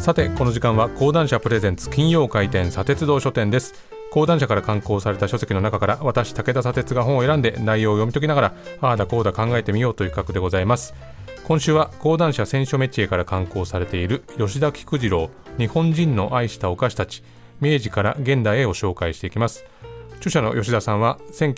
さてこの時間は講談社プレゼンツ金曜回転砂鉄道書店です。講談社から刊行された書籍の中から私武田砂鉄が本を選んで内容を読み解きながらああだこうだ考えてみようという企画でございます。今週は講談社選書メチエから刊行されている吉田菊次郎日本人の愛したお菓子たち明治から現代へを紹介していきます。著者の吉田さんは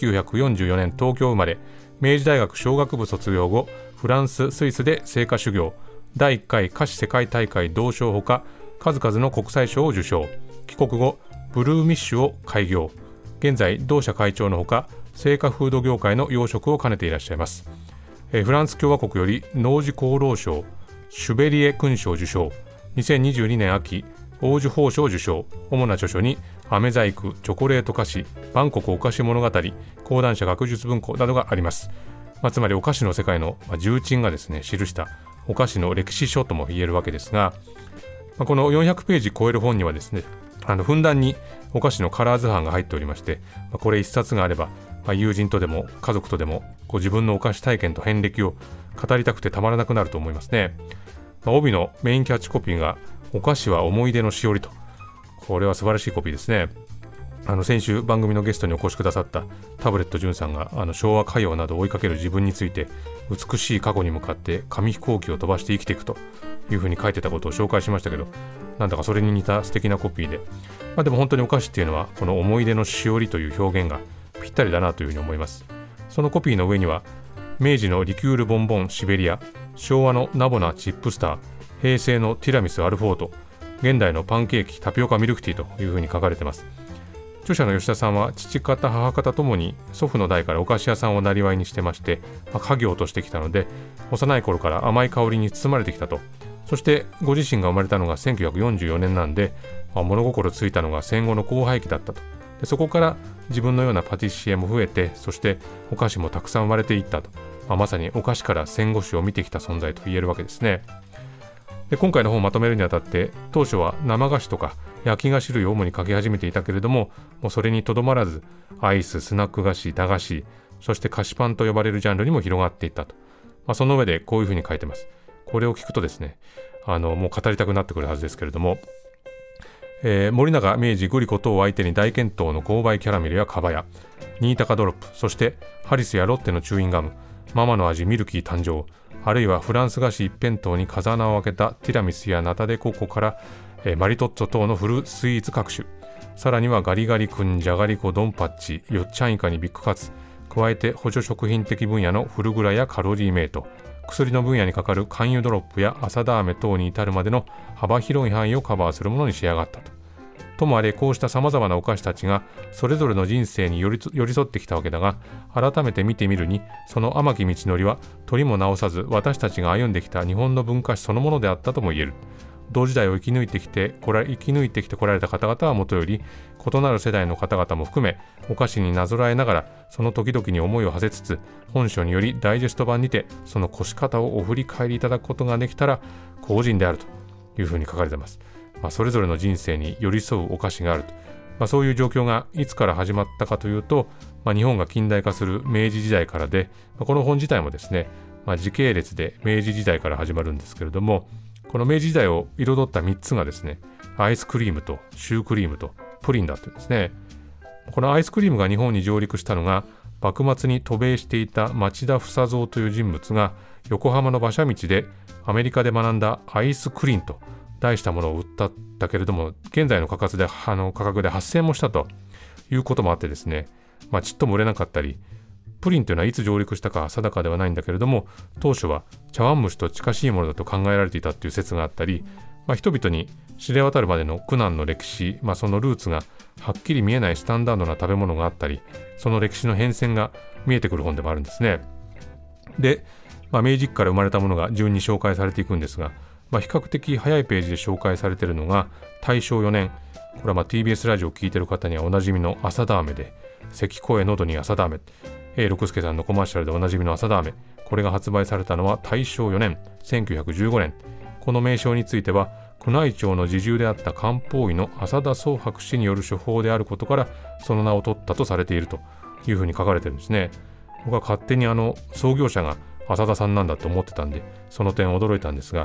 1944年東京生まれ、明治大学商学部卒業後フランス・スイスで製菓修行、第1回菓子世界大会銅賞ほか数々の国際賞を受賞。帰国後ブルーミッシュを開業。現在同社会長のほか製菓フード業界の要職を兼ねていらっしゃいます。フランス共和国より農事功労賞シュベリエ勲章受賞、2022年秋黄綬褒章受賞。主な著書に飴細工、チョコレート菓子、バンコクお菓子物語、講談社学術文庫などがあります。つまりお菓子の世界の重鎮がですね記したお菓子の歴史書とも言えるわけですが、この400ページ超える本にはですねふんだんにお菓子のカラー図版が入っておりまして、これ一冊があれば、友人とでも家族とでも自分のお菓子体験と遍歴を語りたくてたまらなくなると思いますね。帯のメインキャッチコピーがお菓子は思い出のしおりと、これは素晴らしいコピーですね。先週番組のゲストにお越しくださったタブレット潤さんが昭和歌謡などを追いかける自分について美しい過去に向かって紙飛行機を飛ばして生きていくというふうに書いてたことを紹介しましたけど、なんだかそれに似た素敵なコピーで、でも本当にお菓子っていうのはこの思い出のしおりという表現がぴったりだなというふうに思います。そのコピーの上には明治のリキュールボンボンシベリア、昭和のナボナチップスター、平成のティラミスアルフォート、現代のパンケーキタピオカミルクティーというふうに書かれています。著者の吉田さんは父方母方ともに祖父の代からお菓子屋さんを生業にしてまして、家業としてきたので幼い頃から甘い香りに包まれてきたと。そしてご自身が生まれたのが1944年なんで、物心ついたのが戦後の後輩期だったと。でそこから自分のようなパティシエも増えて、そしてお菓子もたくさん生まれていったと、まさにお菓子から戦後史を見てきた存在と言えるわけですね。で今回の本をまとめるにあたって当初は生菓子とか焼き菓子類を主に書き始めていたけれども、もうそれにとどまらずアイス、スナック菓子、駄菓子、そして菓子パンと呼ばれるジャンルにも広がっていったと。その上でこういうふうに書いてます。これを聞くとですねもう語りたくなってくるはずですけれども、森永、明治、グリコ等を相手に大健闘の購買キャラメルやカバヤ、新高ドロップ、そしてハリスやロッテのチューインガム、ママの味ミルキー誕生、あるいはフランス菓子一辺倒に風穴を開けたティラミスやナタデココから、マリトッツォ等のフルスイーツ各種、さらにはガリガリ君、じゃがりこ、ドンパッチ、よっちゃんイカにビッグカツ、加えて補助食品的分野のフルグラやカロリーメイト、薬の分野にかかる甘油ドロップや朝ダーメ等に至るまでの幅広い範囲をカバーするものに仕上がったと。ともあれこうしたさまざまなお菓子たちがそれぞれの人生に寄り添ってきたわけだが、改めて見てみるにその甘き道のりは取りも直さず私たちが歩んできた日本の文化史そのものであったとも言える。同時代を生き抜いてきてこられた方々はもとより、異なる世代の方々も含めお菓子になぞらえながらその時々に思いを馳せつつ、本書によりダイジェスト版にてその越し方をお振り返りいただくことができたら幸甚であるというふうに書かれています。それぞれの人生に寄り添うお菓子があると、そういう状況がいつから始まったかというと、日本が近代化する明治時代からで、この本自体もですね、時系列で明治時代から始まるんですけれども、この明治時代を彩った3つがですね、アイスクリームとシュークリームとプリンだというんですね。このアイスクリームが日本に上陸したのが、幕末に渡米していた町田房蔵という人物が横浜の馬車道でアメリカで学んだアイスクリーンと題したものを売ったんだけれども、現在の価格で8000円もしたということもあってですね、ちっとも売れなかったり、プリンというのはいつ上陸したか定かではないんだけれども、当初は茶碗蒸しと近しいものだと考えられていたという説があったり、人々に知れ渡るまでの苦難の歴史、そのルーツがはっきり見えないスタンダードな食べ物があったり、その歴史の変遷が見えてくる本でもあるんですね。で、明治期から生まれたものが順に紹介されていくんですが、比較的早いページで紹介されているのが大正4年、これはTBS ラジオを聞いている方にはおなじみの朝ダーメで、咳声喉に朝ダーメ、六輔さんのコマーシャルでおなじみの朝ダーメ、これが発売されたのは大正4年1915年。この名称については宮内庁の侍従であった漢方医の浅田宗博氏による処方であることからその名を取ったとされているというふうに書かれてるんですね。僕は勝手に創業者が浅田さんなんだと思ってたんで、その点驚いたんですが、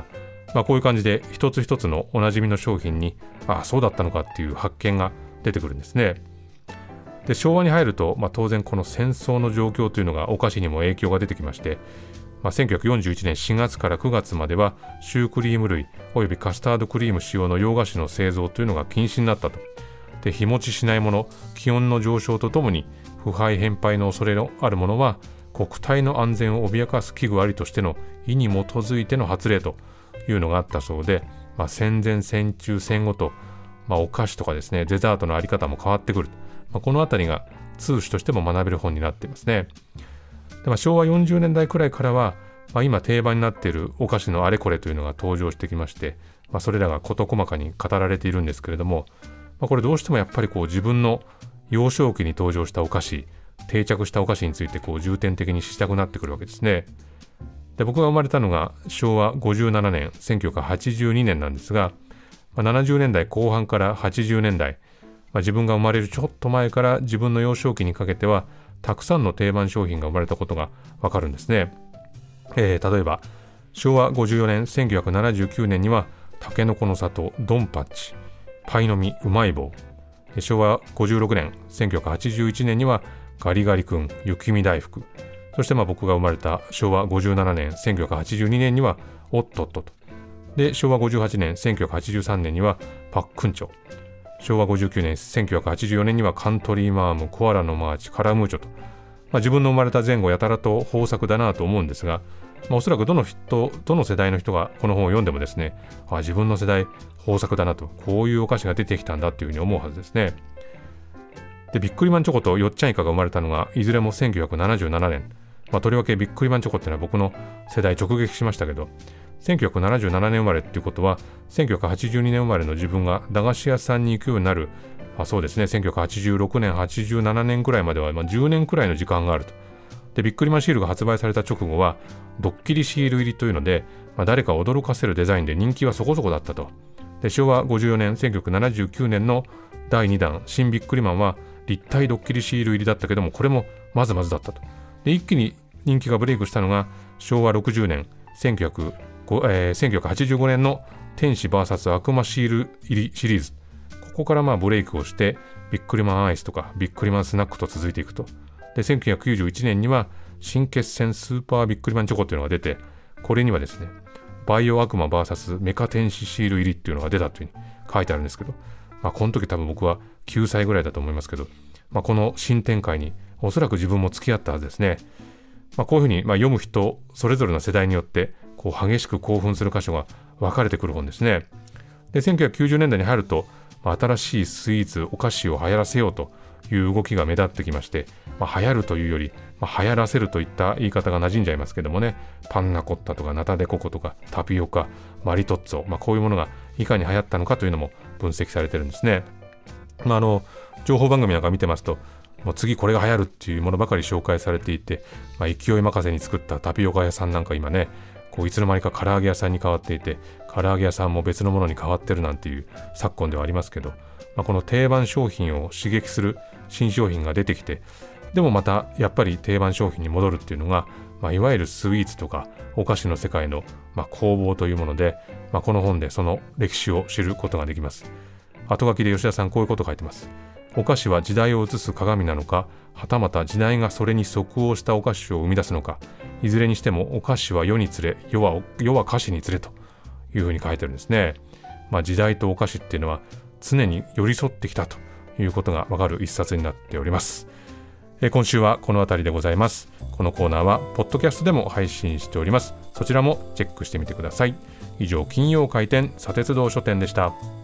こういう感じで一つ一つのおなじみの商品にそうだったのかっていう発見が出てくるんですね。で昭和に入ると、当然この戦争の状況というのがお菓子にも影響が出てきまして、1941年4月から9月まではシュークリーム類およびカスタードクリーム使用の洋菓子の製造というのが禁止になったと。で日持ちしないもの、気温の上昇とともに腐敗変敗の恐れのあるものは国体の安全を脅かす危惧ありとしての意に基づいての発令というのがあったそうで、戦前戦中戦後と、お菓子とかですねデザートのあり方も変わってくる、このあたりが通史としても学べる本になっていますね。で、昭和40年代くらいからは、今定番になっているお菓子のあれこれというのが登場してきまして、それらが事細かに語られているんですけれども、これどうしてもやっぱり自分の幼少期に登場したお菓子、定着したお菓子について重点的にしたくなってくるわけですね。で僕が生まれたのが昭和57年1982年なんですが、70年代後半から80年代、自分が生まれるちょっと前から自分の幼少期にかけてはたくさんの定番商品が生まれたことがわかるんですね。例えば昭和54年1979年にはタケノコの里ドンパッチ、パイの実うまい棒。昭和56年1981年にはガリガリ君雪見大福。そして僕が生まれた昭和57年1982年にはおっとっとと。で昭和58年1983年にはパックンチョ。昭和59年1984年にはカントリーマーム、コアラのマーチ、カラムーチョと、自分の生まれた前後やたらと豊作だなと思うんですが、おそらくどの世代の人がこの本を読んでもですね、自分の世代豊作だなと、こういうお菓子が出てきたんだというふうに思うはずですね。でビックリマンチョコとよっちゃんイカが生まれたのがいずれも1977年、とりわけビックリマンチョコっていうのは僕の世代直撃しましたけど、1977年生まれっていうことは1982年生まれの自分が駄菓子屋さんに行くようになる、そうですね1986年87年くらいまでは、10年くらいの時間があると。でビックリマンシールが発売された直後はドッキリシール入りというので、誰か驚かせるデザインで人気はそこそこだったと。で昭和54年1979年の第2弾新ビックリマンは立体ドッキリシール入りだったけども、これもまずまずだったと。で一気に人気がブレイクしたのが昭和60年1985年の天使 VS 悪魔シール入りシリーズ。ここからブレイクをしてビックリマンアイスとかビックリマンスナックと続いていくと。で1991年には新決戦スーパービックリマンチョコというのが出て、これにはですねバイオ悪魔 VS メカ天使シール入りっていうのが出たというふうに書いてあるんですけど、この時多分僕は9歳ぐらいだと思いますけど、この新展開におそらく自分も付き合ったはずですね。こういうふうに読む人それぞれの世代によって激しく興奮する箇所が分かれてくる本ですね。で1990年代に入ると、新しいスイーツお菓子を流行らせようという動きが目立ってきまして、流行るというより、流行らせるといった言い方が馴染んじゃいますけどもね、パンナコッタとかナタデココとかタピオカ、マリトッツォ、こういうものがいかに流行ったのかというのも分析されてるんですね。情報番組なんか見てますと、もう次これが流行るっていうものばかり紹介されていて、勢い任せに作ったタピオカ屋さんなんか今ね、いつの間にか唐揚げ屋さんに変わっていて、唐揚げ屋さんも別のものに変わってるなんていう昨今ではありますけど、この定番商品を刺激する新商品が出てきて、でもまたやっぱり定番商品に戻るっていうのが、いわゆるスイーツとかお菓子の世界の攻防というもので、この本でその歴史を知ることができます。後書きで吉田さんこういうことを書いてます。お菓子は時代を映す鏡なのか、はたまた時代がそれに即応したお菓子を生み出すのか、いずれにしてもお菓子は世につれ、世は菓子につれというふうに書いてるんですね。時代とお菓子っていうのは常に寄り添ってきたということがわかる一冊になっております。今週はこのあたりでございます。このコーナーはポッドキャストでも配信しております。そちらもチェックしてみてください。以上、金曜開店砂鉄道書店でした。